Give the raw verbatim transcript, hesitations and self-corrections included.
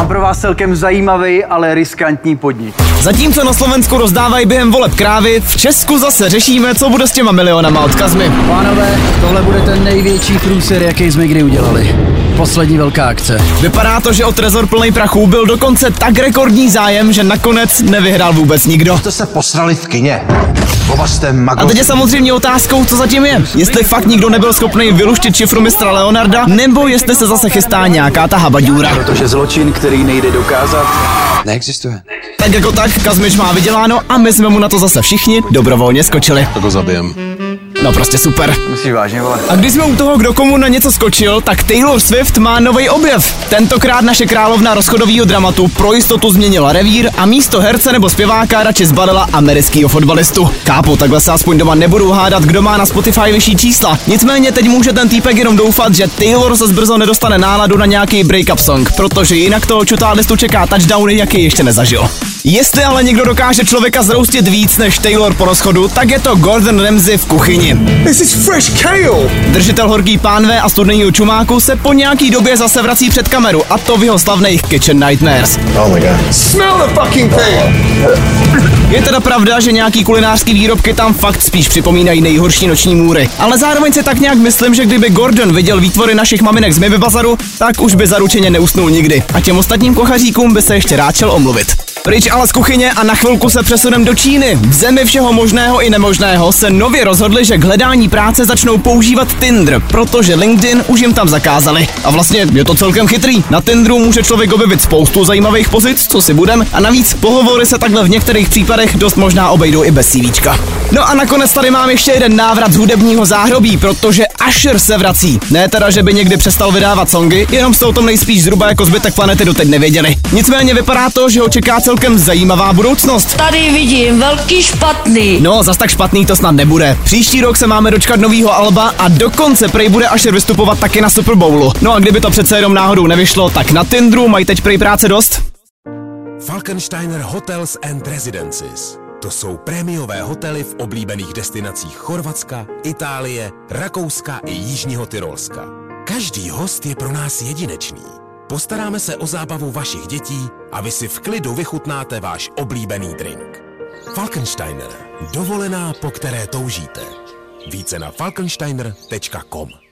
Mám pro vás celkem zajímavý, ale riskantní podnik. Zatímco na Slovensku rozdávají během voleb krávy, v Česku zase řešíme, co bude s těma milionama od Kazmy. Pánové, tohle bude ten největší průser, jaký jsme kdy udělali. Poslední velká akce. Vypadá to, že o trezor plnej prachů byl dokonce tak rekordní zájem, že nakonec nevyhrál vůbec nikdo. Jste se posrali v kině. Oba jste magoři. A teď je samozřejmě otázkou, co zatím je. Jestli fakt nikdo nebyl schopný vyluštit šifru mistra Leonarda, nebo jestli se zase chystá nějaká ta habaďůra. Protože zločin, který nejde dokázat, Neexistuje. Tak jako tak, Kazmiš má vyděláno a my jsme mu na to zase všichni dobrovolně skočili. Tak ho zabijem. No prostě super. myslíš vážně, vole? A když jsme u toho, kdo komu na něco skočil, tak Taylor Swift má nový objev. Tentokrát naše královna rozchodového dramatu pro jistotu změnila revír a místo herce nebo zpěváka radši zbalila amerického fotbalistu. Chápu, takhle se aspoň doma nebudu hádat, kdo má na Spotify vyšší čísla. Nicméně teď může ten týpek jenom doufat, že Taylor se brzo nedostane náladu na nějaký break-up song, protože jinak toho čutá listu čeká touchdowny, jaký ještě nezažil. Jestli ale někdo dokáže člověka zroustit víc než Taylor po rozchodu, tak je to Gordon Ramsay v kuchyni. This is fresh kale. Držitel horký pánve a studeného čumáku se po nějaký době zase vrací před kameru, a to v jeho slavných Kitchen Nightmares. Oh my god. Smell the fucking thing. Je teda pravda, že nějaký kulinářský výrobky tam fakt spíš připomínají nejhorší noční můry, ale zároveň si tak nějak myslím, že kdyby Gordon viděl výtvory našich maminek z Mivy Bazaru, tak už by zaručeně neusnul nikdy a těm ostatním kuchaříkům by se ještě rád šel omluvit. Pryč ale z kuchyně a na chvilku se přesunem do Číny. V zemi všeho možného i nemožného se nově rozhodli, že k hledání práce začnou používat Tinder, protože LinkedIn už jim tam zakázali. A vlastně je to celkem chytrý. Na Tinderu může člověk objevit spoustu zajímavých pozic, co si budem, a navíc pohovory se takhle v některých případech dost možná obejdou i bez CVčka. No a nakonec tady mám ještě jeden návrat z hudebního záhrobí, protože Usher se vrací. Ne teda, že by někdy přestal vydávat songy, jenom jste o tom nejspíš zhruba jako zbytek planety doteď nevěděli. Nicméně vypadá to, že ho čeká celkem zajímavá budoucnost. Tady vidím velký špatný. No, zas tak špatný to snad nebude. Příští rok se máme dočkat novýho alba a dokonce prej bude Usher vystupovat taky na Super Bowlu. No a kdyby to přece jenom náhodou nevyšlo, tak na Tinderu mají teď prej práce dost. Falkensteiner Hotels and Residences. To jsou prémiové hotely v oblíbených destinacích Chorvatska, Itálie, Rakouska i Jižního Tyrolska. Každý host je pro nás jedinečný. Postaráme se o zábavu vašich dětí a vy si v klidu vychutnáte váš oblíbený drink. Falkensteiner. Dovolená, po které toužíte. Více na falkensteiner tečka com.